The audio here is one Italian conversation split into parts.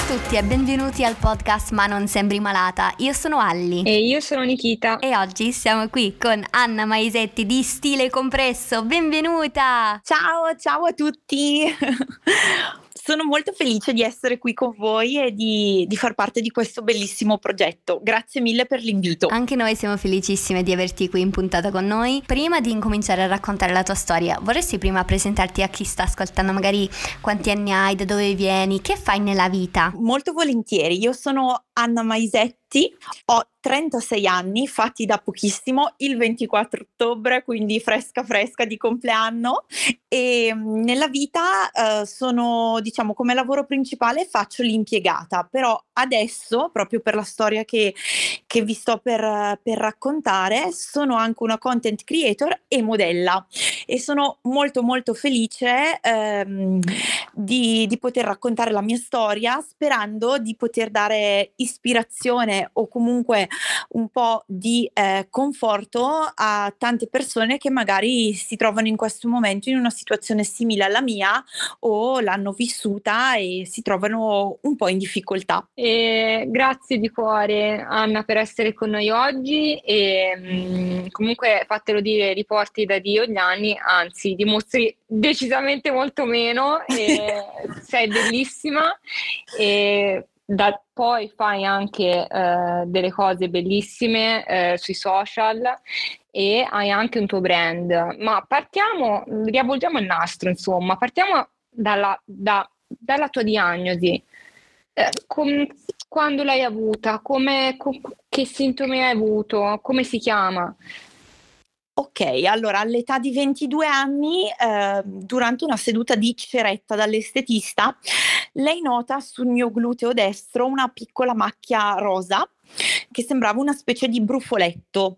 tutti e benvenuti al podcast Ma non sembri malata. Io sono Alli. E io sono Nikita. E oggi siamo qui con Anna Maisetti di Stile Compresso. Benvenuta! Ciao a tutti! Sono molto felice di essere qui con voi e di far parte di questo bellissimo progetto. Grazie mille per l'invito. Anche noi siamo felicissime di averti qui in puntata con noi. Prima di incominciare a raccontare la tua storia, vorresti prima presentarti a chi sta ascoltando, magari quanti anni hai, da dove vieni, che fai nella vita? Molto volentieri, io sono Anna Maisetti, ho 36 anni, fatti da pochissimo, il 24 ottobre, quindi fresca di compleanno, e nella vita sono, diciamo, come lavoro principale faccio l'impiegata, però adesso, proprio per la storia che vi sto per raccontare, sono anche una content creator e modella e sono molto felice di poter raccontare la mia storia, sperando di poter dare ispirazione o comunque un po' di conforto a tante persone che magari si trovano in questo momento in una situazione simile alla mia o l'hanno vissuta e si trovano un po' in difficoltà. E grazie di cuore Anna per essere con noi oggi e comunque fatelo dire, riporti da Dio gli anni, anzi dimostri decisamente molto meno e sei bellissima e poi fai anche delle cose bellissime sui social e hai anche un tuo brand. Ma riavvolgiamo il nastro, insomma, partiamo dalla tua diagnosi. Quando l'hai avuta? Che sintomi hai avuto? Come si chiama? Ok, allora all'età di 22 anni, durante una seduta di ceretta dall'estetista, lei nota sul mio gluteo destro una piccola macchia rosa che sembrava una specie di brufoletto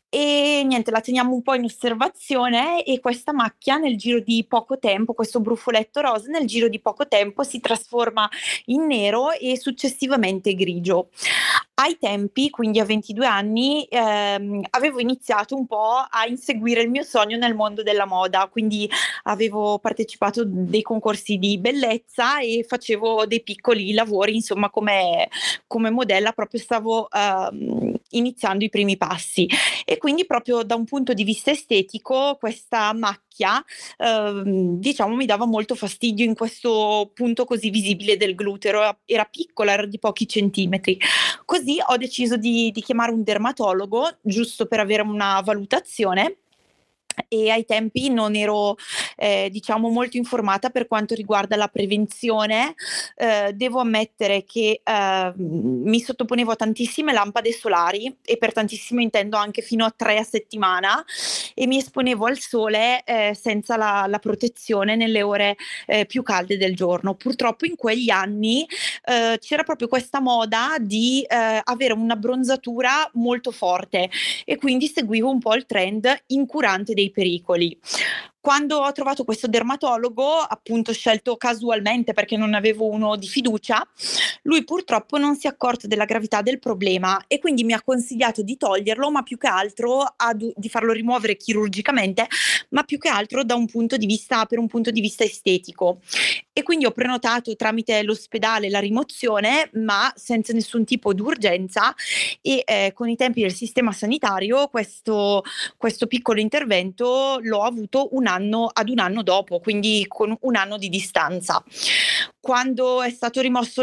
e niente, la teniamo un po' in osservazione e questa macchia nel giro di poco tempo, questo brufoletto rosa nel giro di poco tempo si trasforma in nero e successivamente grigio. Ai tempi, quindi a 22 anni, avevo iniziato un po' a inseguire il mio sogno nel mondo della moda, quindi avevo partecipato dei concorsi di bellezza e facevo dei piccoli lavori, insomma, come modella, proprio stavo iniziando i primi passi e quindi proprio da un punto di vista estetico questa macchia diciamo mi dava molto fastidio in questo punto così visibile del gluteo, era piccola, era di pochi centimetri. Così ho deciso di chiamare un dermatologo giusto per avere una valutazione. E ai tempi non ero diciamo molto informata per quanto riguarda la prevenzione, devo ammettere che mi sottoponevo a tantissime lampade solari e per tantissimo intendo anche fino a 3 a settimana e mi esponevo al sole senza la protezione nelle ore più calde del giorno. Purtroppo in quegli anni c'era proprio questa moda di avere una bronzatura molto forte e quindi seguivo un po' il trend incurante dei pericoli. Quando ho trovato questo dermatologo, appunto scelto casualmente perché non avevo uno di fiducia, lui purtroppo non si è accorto della gravità del problema e quindi mi ha consigliato di toglierlo, ma più che altro di farlo rimuovere chirurgicamente, ma più che altro per un punto di vista estetico. E quindi ho prenotato tramite l'ospedale la rimozione, ma senza nessun tipo di urgenza e con i tempi del sistema sanitario questo piccolo intervento l'ho avuto un anno dopo, quindi con un anno di distanza. Quando è stato rimosso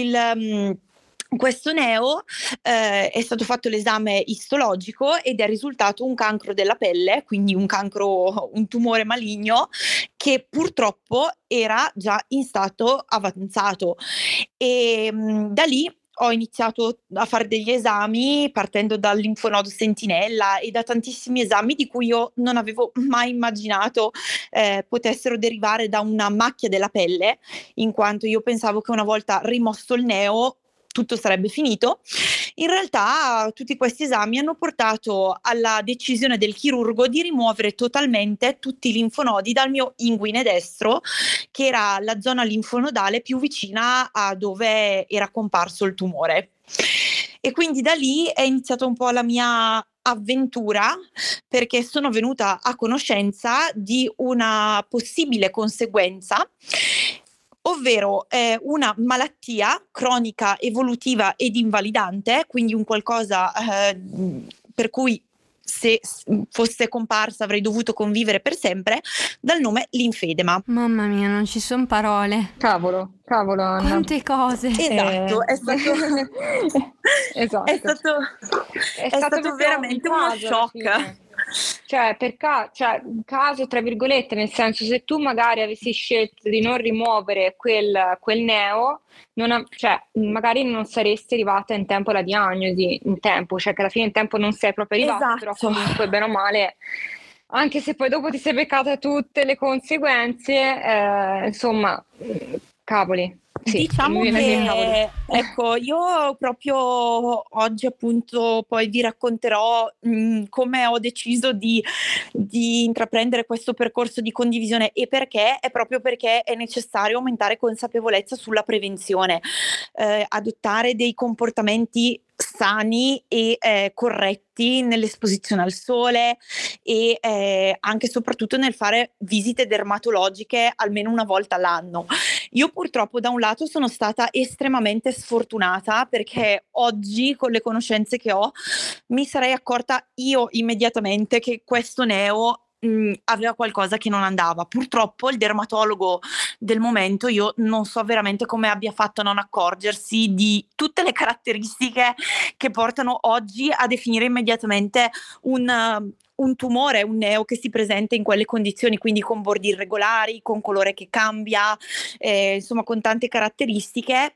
questo neo è stato fatto l'esame istologico ed è risultato un cancro della pelle, quindi un tumore maligno che purtroppo era già in stato avanzato e da lì ho iniziato a fare degli esami partendo dal linfonodo sentinella e da tantissimi esami di cui io non avevo mai immaginato potessero derivare da una macchia della pelle, in quanto io pensavo che una volta rimosso il neo tutto sarebbe finito. In realtà tutti questi esami hanno portato alla decisione del chirurgo di rimuovere totalmente tutti i linfonodi dal mio inguine destro, che era la zona linfonodale più vicina a dove era comparso il tumore. E quindi da lì è iniziata un po' la mia avventura, perché sono venuta a conoscenza di una possibile conseguenza ovvero una malattia cronica, evolutiva ed invalidante, quindi un qualcosa per cui se fosse comparsa avrei dovuto convivere per sempre, dal nome linfedema. Mamma mia, non ci sono parole. Cavolo, Anna. Quante cose. Esatto, è stato Esatto. è stato proprio veramente un uno caso alla shock. fine. Cioè, un caso tra virgolette, nel senso, se tu magari avessi scelto di non rimuovere quel neo, magari non saresti arrivata in tempo alla diagnosi, in tempo, cioè che alla fine in tempo non sei proprio arrivata, però Esatto. comunque bene o male, anche se poi dopo ti sei beccata tutte le conseguenze, insomma, cavoli. Sì, Diciamo mi viene a dire cavoli. che, ecco, io proprio oggi appunto poi vi racconterò come ho deciso di intraprendere questo percorso di condivisione, e perché è proprio perché è necessario aumentare consapevolezza sulla prevenzione, adottare dei comportamenti sani e corretti nell'esposizione al sole, e anche e soprattutto nel fare visite dermatologiche almeno una volta all'anno. Io purtroppo da un lato sono stata estremamente sfortunata, perché oggi con le conoscenze che ho mi sarei accorta io immediatamente che questo neo aveva qualcosa che non andava. Purtroppo il dermatologo del momento, io non so veramente come abbia fatto a non accorgersi di tutte le caratteristiche che portano oggi a definire immediatamente un tumore, un neo che si presenta in quelle condizioni, quindi con bordi irregolari, con colore che cambia, insomma con tante caratteristiche.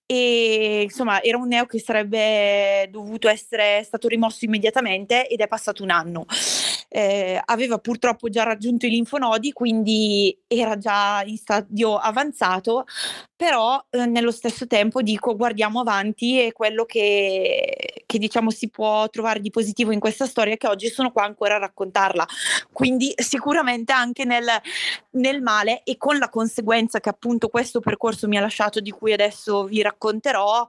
E insomma era un neo che sarebbe dovuto essere stato rimosso immediatamente, ed è passato un anno. Aveva purtroppo già raggiunto i linfonodi, quindi era già in stadio avanzato, però nello stesso tempo dico guardiamo avanti, e quello che diciamo si può trovare di positivo in questa storia è che oggi sono qua ancora a raccontarla, quindi sicuramente anche nel male, e con la conseguenza che appunto questo percorso mi ha lasciato, di cui adesso vi racconterò,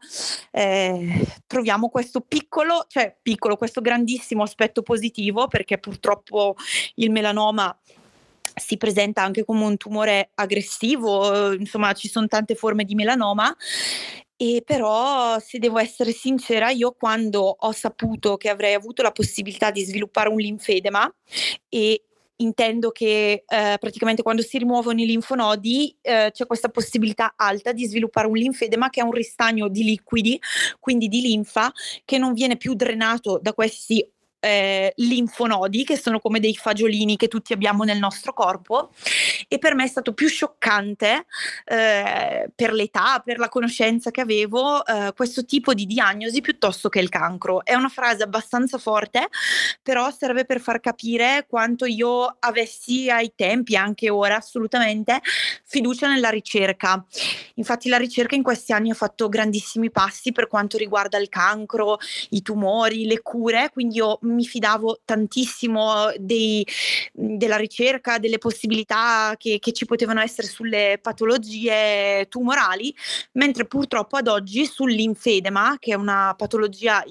troviamo questo questo grandissimo aspetto positivo, perché purtroppo il melanoma si presenta anche come un tumore aggressivo, insomma ci sono tante forme di melanoma. E però, se devo essere sincera, io quando ho saputo che avrei avuto la possibilità di sviluppare un linfedema, e intendo che praticamente quando si rimuovono i linfonodi c'è questa possibilità alta di sviluppare un linfedema, che è un ristagno di liquidi, quindi di linfa, che non viene più drenato da questi linfonodi, che sono come dei fagiolini che tutti abbiamo nel nostro corpo. E per me è stato più scioccante, per l'età, per la conoscenza che avevo, questo tipo di diagnosi piuttosto che il cancro. È una frase abbastanza forte, però serve per far capire quanto io avessi ai tempi, anche ora assolutamente, fiducia nella ricerca. Infatti la ricerca in questi anni ha fatto grandissimi passi per quanto riguarda il cancro, i tumori, le cure, quindi io mi fidavo tantissimo della ricerca, delle possibilità che ci potevano essere sulle patologie tumorali, mentre purtroppo ad oggi sul linfedema, che è una patologia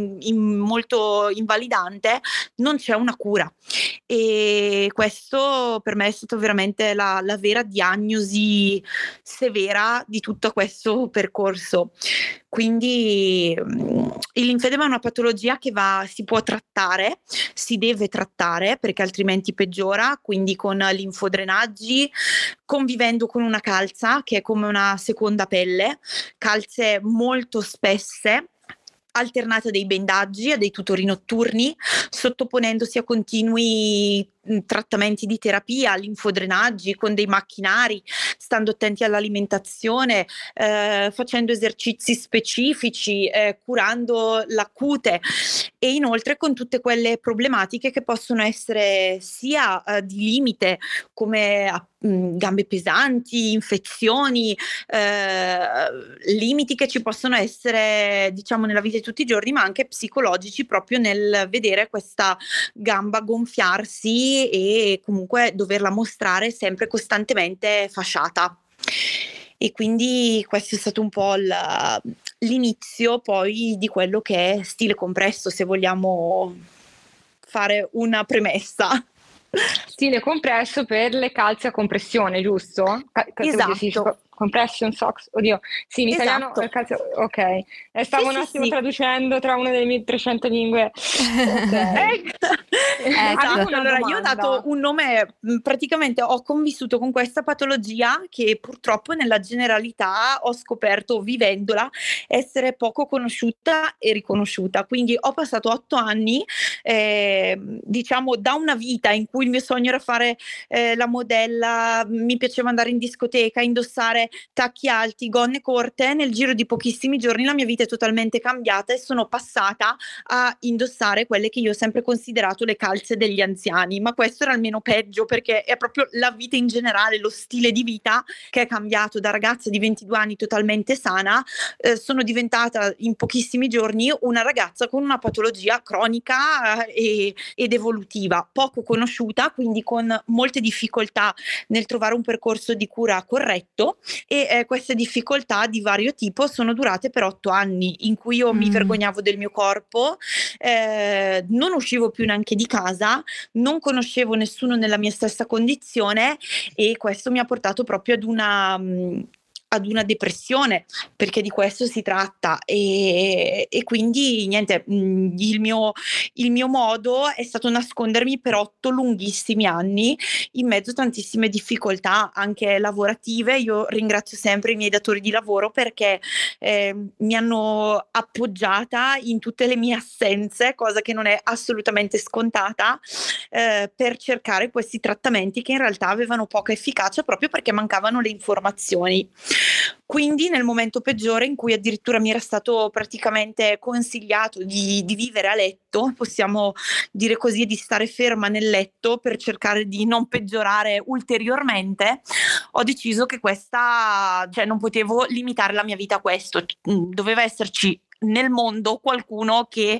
molto invalidante, non c'è una cura. E questo per me è stato veramente la vera diagnosi severa di tutto questo percorso. Quindi il linfedema è una patologia che si può trattare, si deve trattare, perché altrimenti peggiora, quindi con linfodrenaggi, convivendo con una calza che è come una seconda pelle, calze molto spesse, alternate a dei bendaggi, a dei tutori notturni, sottoponendosi a continui trattamenti di terapia, linfodrenaggi con dei macchinari, stando attenti all'alimentazione, facendo esercizi specifici, curando la cute, e inoltre con tutte quelle problematiche che possono essere sia di limite, come gambe pesanti, infezioni, limiti che ci possono essere diciamo nella vita di tutti i giorni, ma anche psicologici, proprio nel vedere questa gamba gonfiarsi e comunque doverla mostrare sempre costantemente fasciata. E quindi questo è stato un po' l'inizio poi di quello che è Stile Compresso, se vogliamo fare una premessa. Stile compresso per le calze a compressione, giusto? Esatto. compression socks, oddio, sì, in italiano Esatto. è calzo, ok. Stavo un attimo Sì. traducendo tra una delle mie 300 lingue. Ok. Avevo Esatto, una allora io ho dato domanda. un nome, praticamente ho convissuto con questa patologia che purtroppo nella generalità ho scoperto vivendola essere poco conosciuta e riconosciuta. Quindi ho passato 8 anni, diciamo, da una vita in cui il mio sogno era fare la modella, mi piaceva andare in discoteca, indossare tacchi alti, gonne corte. Nel giro di pochissimi giorni la mia vita è totalmente cambiata e sono passata a indossare quelle che io ho sempre considerato le calze degli anziani, ma questo era almeno peggio, perché è proprio la vita in generale, lo stile di vita che è cambiato. Da ragazza di 22 anni totalmente sana, sono diventata in pochissimi giorni una ragazza con una patologia cronica ed evolutiva, poco conosciuta, quindi con molte difficoltà nel trovare un percorso di cura corretto, e queste difficoltà di vario tipo sono durate per 8 anni, in cui io mi vergognavo del mio corpo, non uscivo più neanche di casa, non conoscevo nessuno nella mia stessa condizione, e questo mi ha portato proprio ad una depressione, perché di questo si tratta. E quindi niente, il mio modo è stato nascondermi per 8 lunghissimi anni in mezzo a tantissime difficoltà anche lavorative. Io ringrazio sempre i miei datori di lavoro, perché mi hanno appoggiata in tutte le mie assenze, cosa che non è assolutamente scontata, per cercare questi trattamenti che in realtà avevano poca efficacia proprio perché mancavano le informazioni. Quindi nel momento peggiore, in cui addirittura mi era stato praticamente consigliato di vivere a letto, possiamo dire così, di stare ferma nel letto per cercare di non peggiorare ulteriormente, ho deciso che non potevo limitare la mia vita a questo. Doveva esserci nel mondo qualcuno che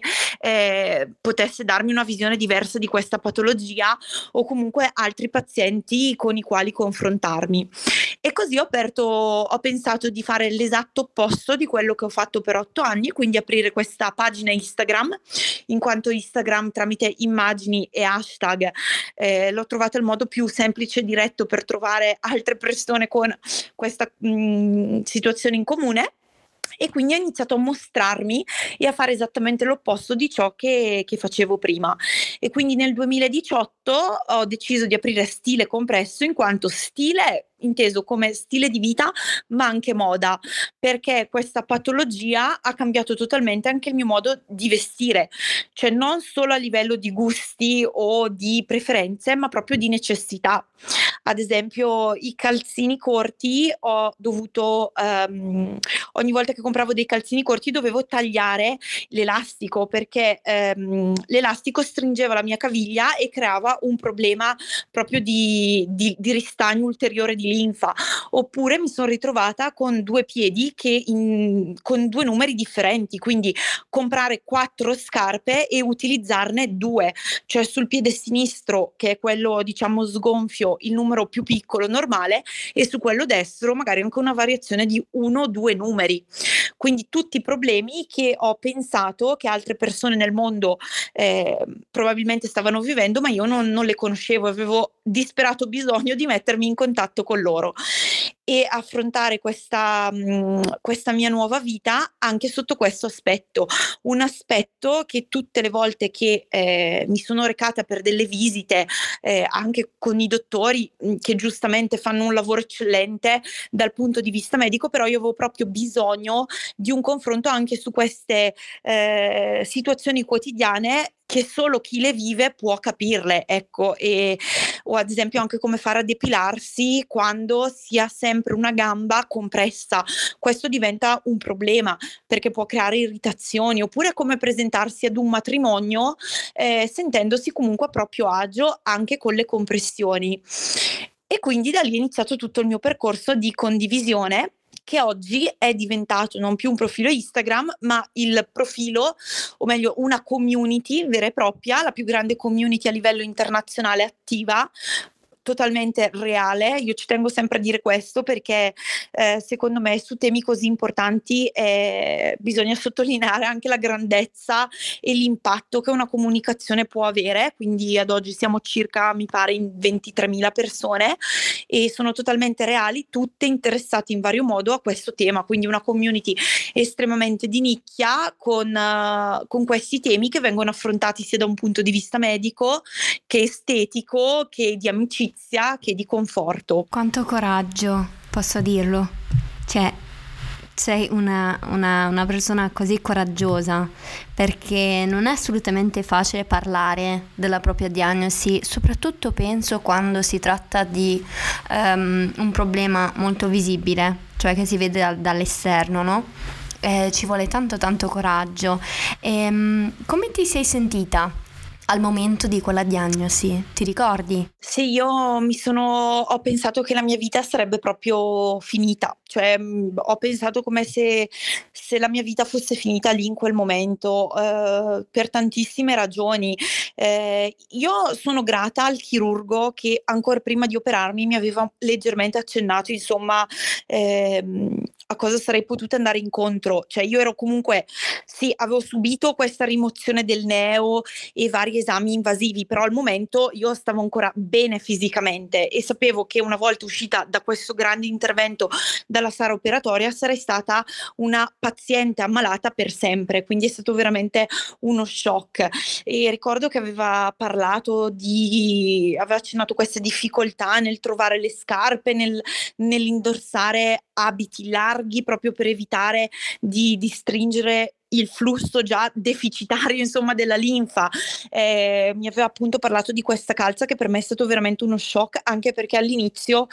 potesse darmi una visione diversa di questa patologia, o comunque altri pazienti con i quali confrontarmi. E così ho pensato di fare l'esatto opposto di quello che ho fatto per 8 anni, quindi aprire questa pagina Instagram, in quanto Instagram tramite immagini e hashtag l'ho trovato il modo più semplice e diretto per trovare altre persone con questa situazione in comune. E quindi ho iniziato a mostrarmi e a fare esattamente l'opposto di ciò che facevo prima. E quindi nel 2018 ho deciso di aprire Stile Compresso, in quanto stile inteso come stile di vita, ma anche moda, perché questa patologia ha cambiato totalmente anche il mio modo di vestire, cioè non solo a livello di gusti o di preferenze, ma proprio di necessità. Ad esempio, i calzini corti ho dovuto, ogni volta che compravo dei calzini corti dovevo tagliare l'elastico, perché l'elastico stringeva la mia caviglia e creava un problema proprio di ristagno ulteriore di linfa. Oppure mi sono ritrovata con 2 piedi con 2 numeri differenti, quindi comprare 4 scarpe e utilizzarne 2, cioè sul piede sinistro, che è quello diciamo sgonfio, il numero più piccolo normale, e su quello destro magari anche una variazione di 1 o 2 numeri. Quindi tutti problemi che ho pensato che altre persone nel mondo probabilmente stavano vivendo, ma io non le conoscevo, avevo disperato bisogno di mettermi in contatto con loro e affrontare questa mia nuova vita anche sotto questo aspetto. Un aspetto che tutte le volte che mi sono recata per delle visite, anche con i dottori, che giustamente fanno un lavoro eccellente dal punto di vista medico, però io avevo proprio bisogno di un confronto anche su queste situazioni quotidiane che solo chi le vive può capirle, ecco. O ad esempio anche come fare a depilarsi quando si ha sempre una gamba compressa. Questo diventa un problema, perché può creare irritazioni. Oppure come presentarsi ad un matrimonio sentendosi comunque a proprio agio anche con le compressioni. E quindi da lì è iniziato tutto il mio percorso di condivisione, che oggi è diventato non più un profilo Instagram, ma il profilo, o meglio una community vera e propria, la più grande community a livello internazionale attiva, totalmente reale. Io ci tengo sempre a dire questo perché secondo me su temi così importanti bisogna sottolineare anche la grandezza e l'impatto che una comunicazione può avere. Quindi ad oggi siamo circa, mi pare, in 23.000 persone e sono totalmente reali, tutte interessate in vario modo a questo tema, quindi una community estremamente di nicchia con questi temi che vengono affrontati sia da un punto di vista medico che estetico, che di amicizia, che di conforto. Quanto coraggio, posso dirlo. Cioè, sei una persona così coraggiosa, perché non è assolutamente facile parlare della propria diagnosi, soprattutto penso quando si tratta di un problema molto visibile, cioè che si vede dall'esterno, no? Ci vuole tanto coraggio. Come ti sei sentita al momento di quella diagnosi? Ti ricordi? Sì, io ho pensato che la mia vita sarebbe proprio finita, cioè ho pensato come se la mia vita fosse finita lì in quel momento, per tantissime ragioni. Io sono grata al chirurgo che ancora prima di operarmi mi aveva leggermente accennato, insomma, a cosa sarei potuta andare incontro. Cioè io ero comunque, sì, avevo subito questa rimozione del neo e vari esami invasivi, però al momento io stavo ancora bene fisicamente e sapevo che una volta uscita da questo grande intervento dalla sala operatoria sarei stata una paziente ammalata per sempre, quindi è stato veramente uno shock. E ricordo che aveva accennato queste difficoltà nel trovare le scarpe, nell'indossare abiti larghi proprio per evitare di stringere il flusso già deficitario, insomma, della linfa. Mi aveva appunto parlato di questa calza che per me è stato veramente uno shock, anche perché all'inizio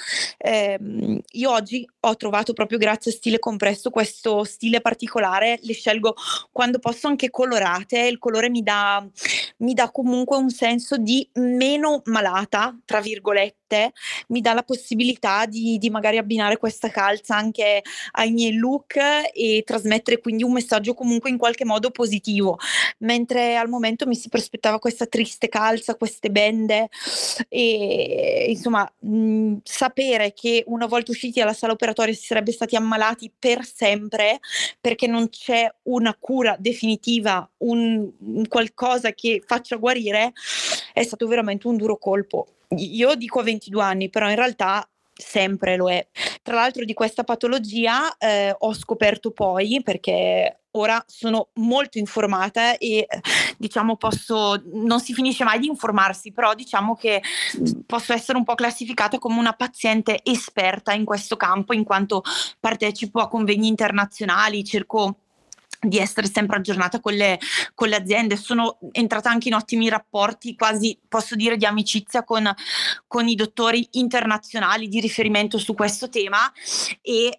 io oggi ho trovato, proprio grazie a Stile Compresso, questo stile particolare. Le scelgo quando posso anche colorate, il colore mi dà comunque un senso di meno malata, tra virgolette, mi dà la possibilità di magari abbinare questa calza anche ai miei look e trasmettere quindi un messaggio comunque in qualche modo positivo, mentre al momento mi si prospettava questa triste calza, queste bende e insomma sapere che una volta usciti dalla sala operatoria si sarebbe stati ammalati per sempre perché non c'è una cura definitiva, un qualcosa che faccia guarire, è stato veramente un duro colpo. Io dico a 22 anni, però in realtà sempre lo è. Tra l'altro di questa patologia ho scoperto poi, perché ora sono molto informata e diciamo non si finisce mai di informarsi, però diciamo che posso essere un po' classificata come una paziente esperta in questo campo, in quanto partecipo a convegni internazionali, cerco di essere sempre aggiornata con le aziende. Sono entrata anche in ottimi rapporti, quasi posso dire di amicizia, con i dottori internazionali di riferimento su questo tema e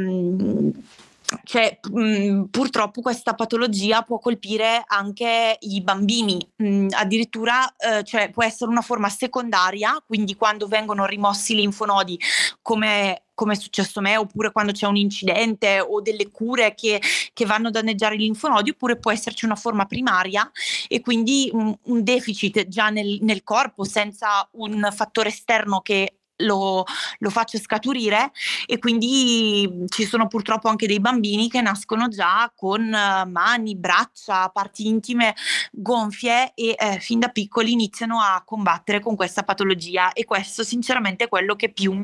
purtroppo questa patologia può colpire anche i bambini, addirittura cioè può essere una forma secondaria, quindi quando vengono rimossi i linfonodi come è successo a me, oppure quando c'è un incidente o delle cure che vanno a danneggiare i linfonodi, oppure può esserci una forma primaria e quindi un deficit già nel corpo senza un fattore esterno che lo faccia scaturire, e quindi ci sono purtroppo anche dei bambini che nascono già con mani, braccia, parti intime gonfie e fin da piccoli iniziano a combattere con questa patologia, e questo sinceramente è quello che più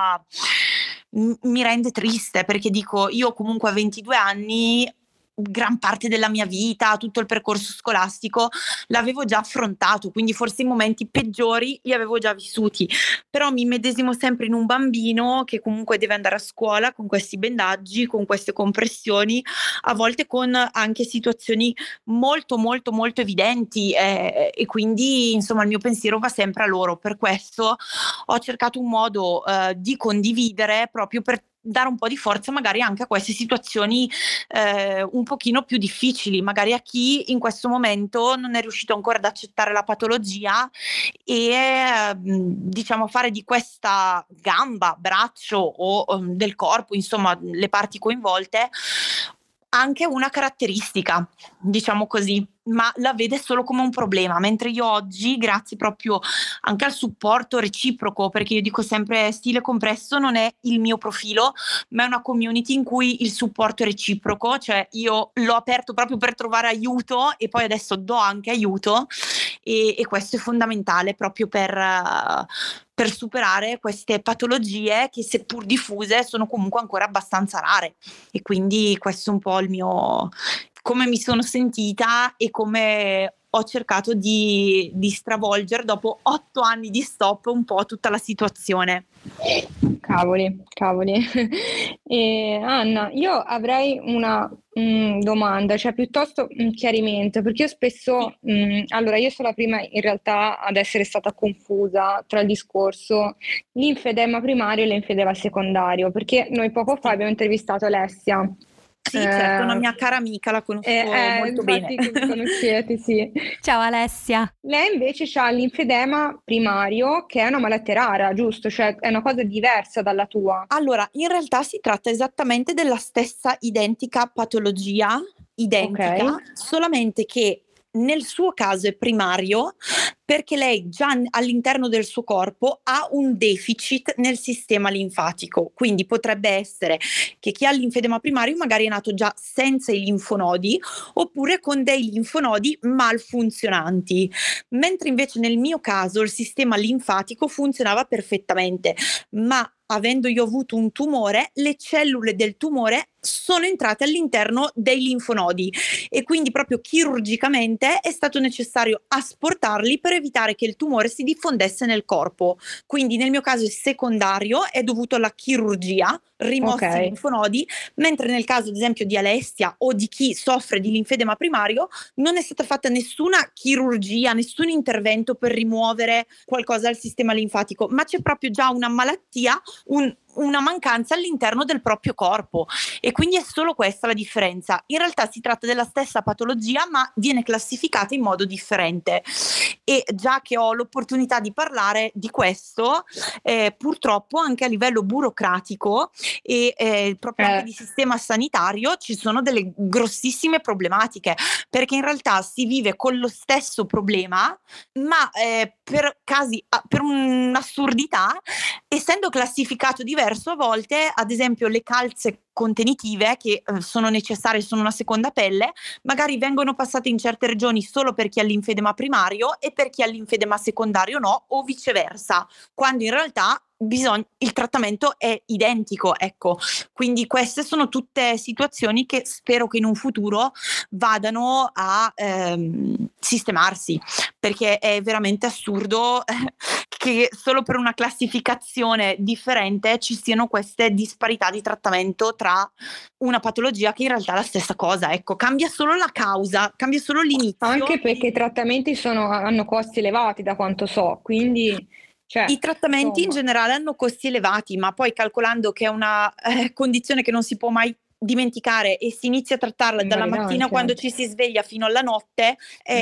mi rende triste, perché dico, io comunque a 22 anni gran parte della mia vita, tutto il percorso scolastico l'avevo già affrontato, quindi forse i momenti peggiori li avevo già vissuti, però mi medesimo sempre in un bambino che comunque deve andare a scuola con questi bendaggi, con queste compressioni, a volte con anche situazioni molto molto molto evidenti, e quindi insomma il mio pensiero va sempre a loro. Per questo ho cercato un modo di condividere, proprio per dare un po' di forza magari anche a queste situazioni un pochino più difficili, magari a chi in questo momento non è riuscito ancora ad accettare la patologia e diciamo fare di questa gamba, braccio o del corpo, insomma le parti coinvolte, anche una caratteristica, diciamo così. ma la vede solo come un problema, mentre io oggi, grazie proprio anche al supporto reciproco, perché io dico sempre Stile Compresso non è il mio profilo, ma è una community in cui il supporto è reciproco, cioè io l'ho aperto proprio per trovare aiuto e poi adesso do anche aiuto, e questo è fondamentale proprio per superare queste patologie che, seppur diffuse, sono comunque ancora abbastanza rare. E quindi questo è un po' il mio, come mi sono sentita e come ho cercato di stravolgere dopo 8 anni di stop un po' tutta la situazione. Cavoli. Anna, io avrei una domanda, cioè piuttosto un chiarimento, perché io spesso, allora io sono la prima in realtà ad essere stata confusa tra il discorso linfedema primario e linfedema secondario, perché noi poco fa abbiamo intervistato Alessia. Sì, certo, una mia cara amica, la conosco molto bene. Infatti che vi conoscete, sì. Ciao Alessia. Lei invece ha l'infedema primario, che è una malattia rara, giusto? Cioè è una cosa diversa dalla tua. Allora, in realtà si tratta esattamente della stessa identica patologia, solamente che nel suo caso è primario perché lei già all'interno del suo corpo ha un deficit nel sistema linfatico, quindi potrebbe essere che chi ha l'infedema primario magari è nato già senza i linfonodi oppure con dei linfonodi malfunzionanti, mentre invece nel mio caso il sistema linfatico funzionava perfettamente, ma avendo io avuto un tumore, le cellule del tumore sono entrate all'interno dei linfonodi e quindi proprio chirurgicamente è stato necessario asportarli per evitare che il tumore si diffondesse nel corpo. Quindi nel mio caso è secondario, è dovuto alla chirurgia, rimossi i linfonodi, mentre nel caso ad esempio di Alessia o di chi soffre di linfedema primario non è stata fatta nessuna chirurgia, nessun intervento per rimuovere qualcosa dal sistema linfatico, ma c'è proprio già una malattia, una mancanza all'interno del proprio corpo, e quindi è solo questa la differenza. In realtà si tratta della stessa patologia, ma viene classificata in modo differente. E già che ho l'opportunità di parlare di questo, purtroppo anche a livello burocratico e proprio anche di sistema sanitario ci sono delle grossissime problematiche, perché in realtà si vive con lo stesso problema, ma per un'assurdità, essendo classificato diverso a volte, ad esempio le calze contenitive che sono necessarie, sono una seconda pelle, magari vengono passate in certe regioni solo per chi ha l'infedema primario e per chi ha l'infedema secondario no, o viceversa, quando in realtà il trattamento è identico, ecco. Quindi queste sono tutte situazioni che spero che in un futuro vadano a sistemarsi, perché è veramente assurdo che solo per una classificazione differente ci siano queste disparità di trattamento tra una patologia che in realtà è la stessa cosa, ecco, cambia solo la causa, cambia solo l'inizio. Anche perché i trattamenti hanno costi elevati da quanto so, quindi i trattamenti in generale hanno costi elevati, ma poi calcolando che è una condizione che non si può mai dimenticare e si inizia a trattarla dalla mattina quando ci si sveglia fino alla notte,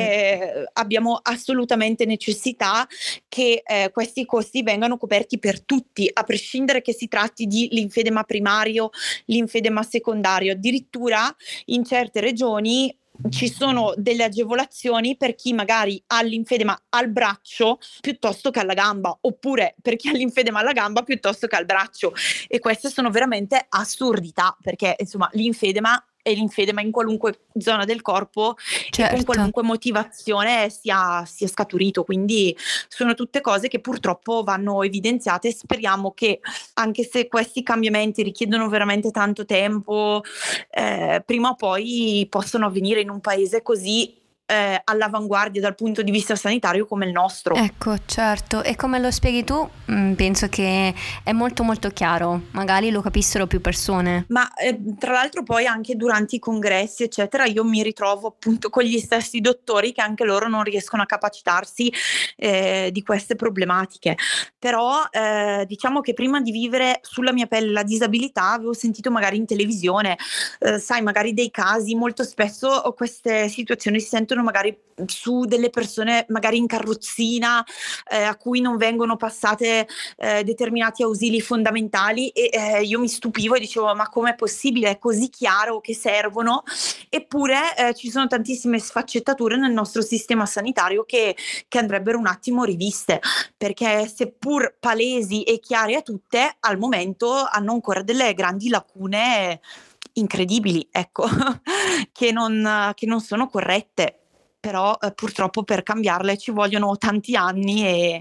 abbiamo assolutamente necessità che questi costi vengano coperti per tutti, a prescindere che si tratti di linfedema primario, linfedema secondario. Addirittura in certe regioni ci sono delle agevolazioni per chi magari ha l'infedema al braccio piuttosto che alla gamba, oppure per chi ha l'infedema alla gamba piuttosto che al braccio, e queste sono veramente assurdità, perché insomma l'infedema è l'infedema in qualunque zona del corpo, certo, e con qualunque motivazione sia scaturito, quindi sono tutte cose che purtroppo vanno evidenziate, e speriamo che, anche se questi cambiamenti richiedono veramente tanto tempo, prima o poi possano avvenire in un paese così all'avanguardia dal punto di vista sanitario come il nostro. Ecco, certo, e come lo spieghi tu, penso che è molto molto chiaro, magari lo capissero più persone. Ma tra l'altro poi anche durante i congressi eccetera io mi ritrovo appunto con gli stessi dottori che anche loro non riescono a capacitarsi di queste problematiche, però diciamo che prima di vivere sulla mia pelle la disabilità avevo sentito magari in televisione, sai, magari dei casi, molto spesso queste situazioni si sentono mettono magari su delle persone magari in carrozzina, a cui non vengono passate determinati ausili fondamentali, e io mi stupivo e dicevo: ma com'è possibile? È così chiaro che servono? Eppure ci sono tantissime sfaccettature nel nostro sistema sanitario che andrebbero un attimo riviste, perché seppur palesi e chiare a tutte, al momento hanno ancora delle grandi lacune incredibili, ecco, che non sono corrette. Però purtroppo per cambiarle ci vogliono tanti anni,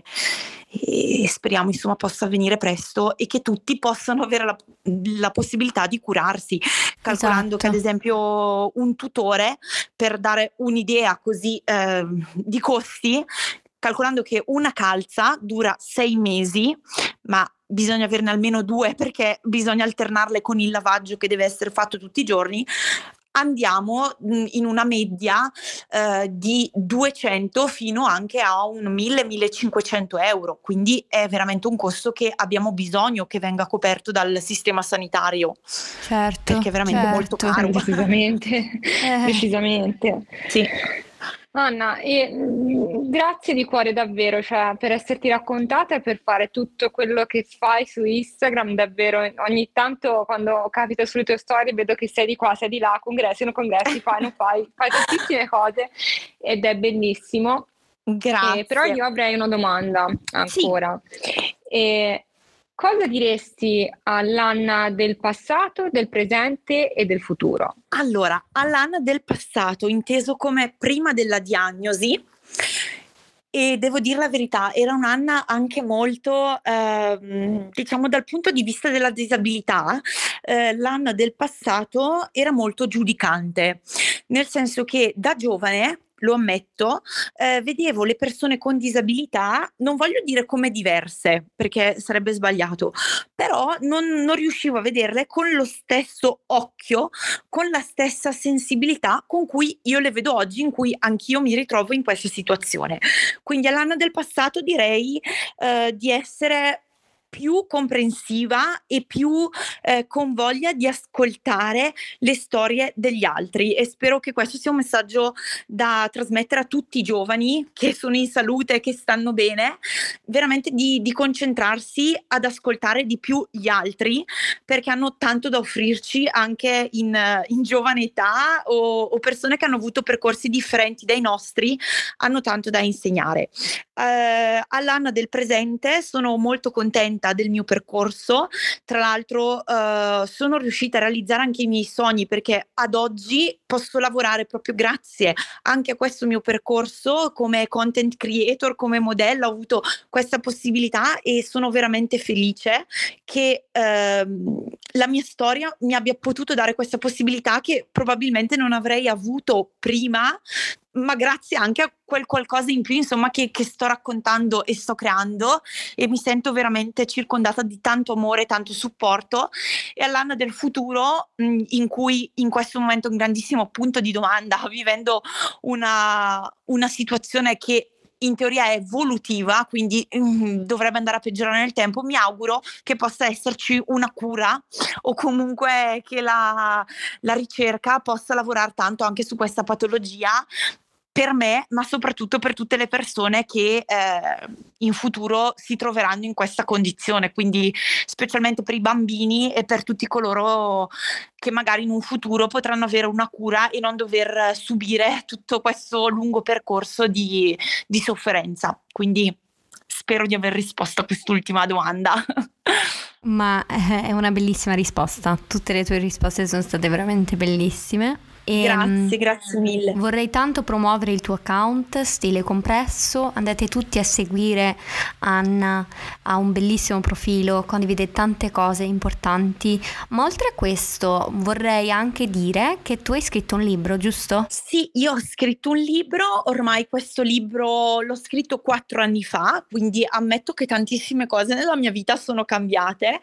e speriamo insomma possa avvenire presto e che tutti possano avere la possibilità di curarsi, calcolando che ad esempio un tutore, per dare un'idea così di costi, calcolando che una calza dura 6 mesi, ma bisogna averne almeno 2 perché bisogna alternarle con il lavaggio che deve essere fatto tutti i giorni, andiamo in una media di 200 fino anche a un 1.000-1.500 euro, quindi è veramente un costo che abbiamo bisogno che venga coperto dal sistema sanitario. Certo, perché è veramente molto caro. Decisamente, decisamente. Sì. Anna, grazie di cuore davvero, cioè, per esserti raccontata e per fare tutto quello che fai su Instagram. Davvero, ogni tanto quando capita sulle tue storie vedo che sei di qua, sei di là, congressi, non congressi, fai, non fai tantissime cose ed è bellissimo. Grazie. Però io avrei una domanda ancora. Sì. Cosa diresti all'Anna del passato, del presente e del futuro? Allora, all'Anna del passato, inteso come prima della diagnosi, e devo dire la verità, era un'Anna anche molto, diciamo dal punto di vista della disabilità, l'Anna del passato era molto giudicante, nel senso che da giovane, lo ammetto, vedevo le persone con disabilità, non voglio dire come diverse, perché sarebbe sbagliato, però non riuscivo a vederle con lo stesso occhio, con la stessa sensibilità con cui io le vedo oggi, in cui anch'io mi ritrovo in questa situazione. Quindi all'Anna del passato direi di essere più comprensiva e più con voglia di ascoltare le storie degli altri, e spero che questo sia un messaggio da trasmettere a tutti i giovani che sono in salute e che stanno bene, veramente di concentrarsi ad ascoltare di più gli altri, perché hanno tanto da offrirci anche in giovane età, o persone che hanno avuto percorsi differenti dai nostri, hanno tanto da insegnare. All'Anna del presente sono molto contenta del mio percorso, tra l'altro sono riuscita a realizzare anche i miei sogni, perché ad oggi posso lavorare proprio grazie anche a questo mio percorso come content creator, come modella. Ho avuto questa possibilità e sono veramente felice che la mia storia mi abbia potuto dare questa possibilità che probabilmente non avrei avuto prima, ma grazie anche a quel qualcosa in più, insomma, che sto raccontando e sto creando, e mi sento veramente circondata di tanto amore, tanto supporto. E all'Anna del futuro, in cui in questo momento un grandissimo punto di domanda, vivendo una situazione che in teoria è evolutiva, quindi dovrebbe andare a peggiorare nel tempo, mi auguro che possa esserci una cura, o comunque che la ricerca possa lavorare tanto anche su questa patologia, per me, ma soprattutto per tutte le persone che in futuro si troveranno in questa condizione, quindi specialmente per i bambini e per tutti coloro che magari in un futuro potranno avere una cura e non dover subire tutto questo lungo percorso di sofferenza. Quindi spero di aver risposto a quest'ultima domanda. Ma è una bellissima risposta, tutte le tue risposte sono state veramente bellissime. Grazie mille. Vorrei tanto promuovere il tuo account Stile Compresso, andate tutti a seguire Anna, ha un bellissimo profilo, condivide tante cose importanti, ma oltre a questo vorrei anche dire che tu hai scritto un libro, giusto? Sì, io ho scritto un libro, ormai questo libro l'ho scritto 4 anni fa, quindi ammetto che tantissime cose nella mia vita sono cambiate,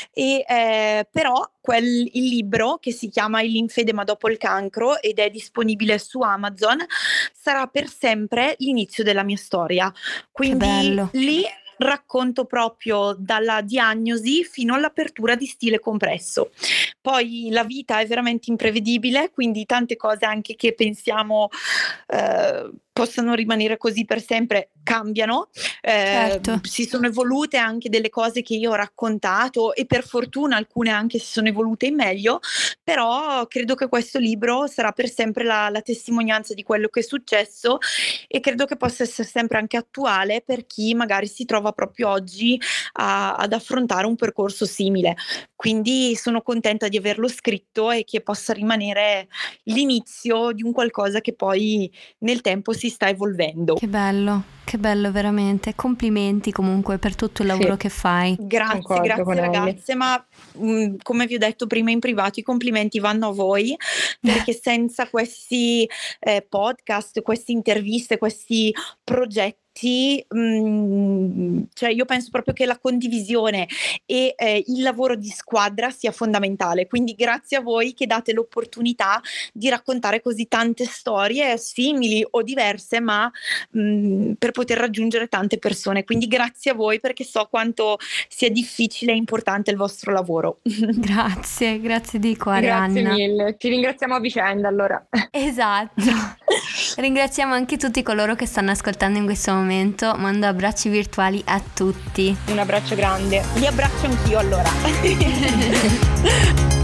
e però il libro, che si chiama Il linfedema dopo il cancro ed è disponibile su Amazon, sarà per sempre l'inizio della mia storia. Quindi Che bello. lì racconto proprio dalla diagnosi fino all'apertura di stile compresso. Poi la vita è veramente imprevedibile, quindi tante cose anche che pensiamo possano rimanere così per sempre cambiano. Certo. Si sono evolute anche delle cose che io ho raccontato e per fortuna alcune anche si sono evolute in meglio, però credo che questo libro sarà per sempre la testimonianza di quello che è successo e credo che possa essere sempre anche attuale per chi magari si trova proprio oggi ad affrontare un percorso simile. Quindi sono contenta di averlo scritto e che possa rimanere l'inizio di un qualcosa che poi nel tempo si sta evolvendo. Che bello veramente. Complimenti comunque per tutto il lavoro che fai. Grazie ragazze, ma come vi ho detto prima in privato, i complimenti vanno a voi, perché senza questi podcast, queste interviste, questi progetti, cioè io penso proprio che la condivisione e il lavoro di squadra sia fondamentale, quindi grazie a voi che date l'opportunità di raccontare così tante storie simili o diverse, ma per poter raggiungere tante persone, quindi grazie a voi perché so quanto sia difficile e importante il vostro lavoro. Grazie di cuore, Grazie Anna. mille, ci ringraziamo a vicenda allora. Esatto. Ringraziamo anche tutti coloro che stanno ascoltando in questo momento, mando abbracci virtuali a tutti. Un abbraccio grande. Li abbraccio anch'io allora.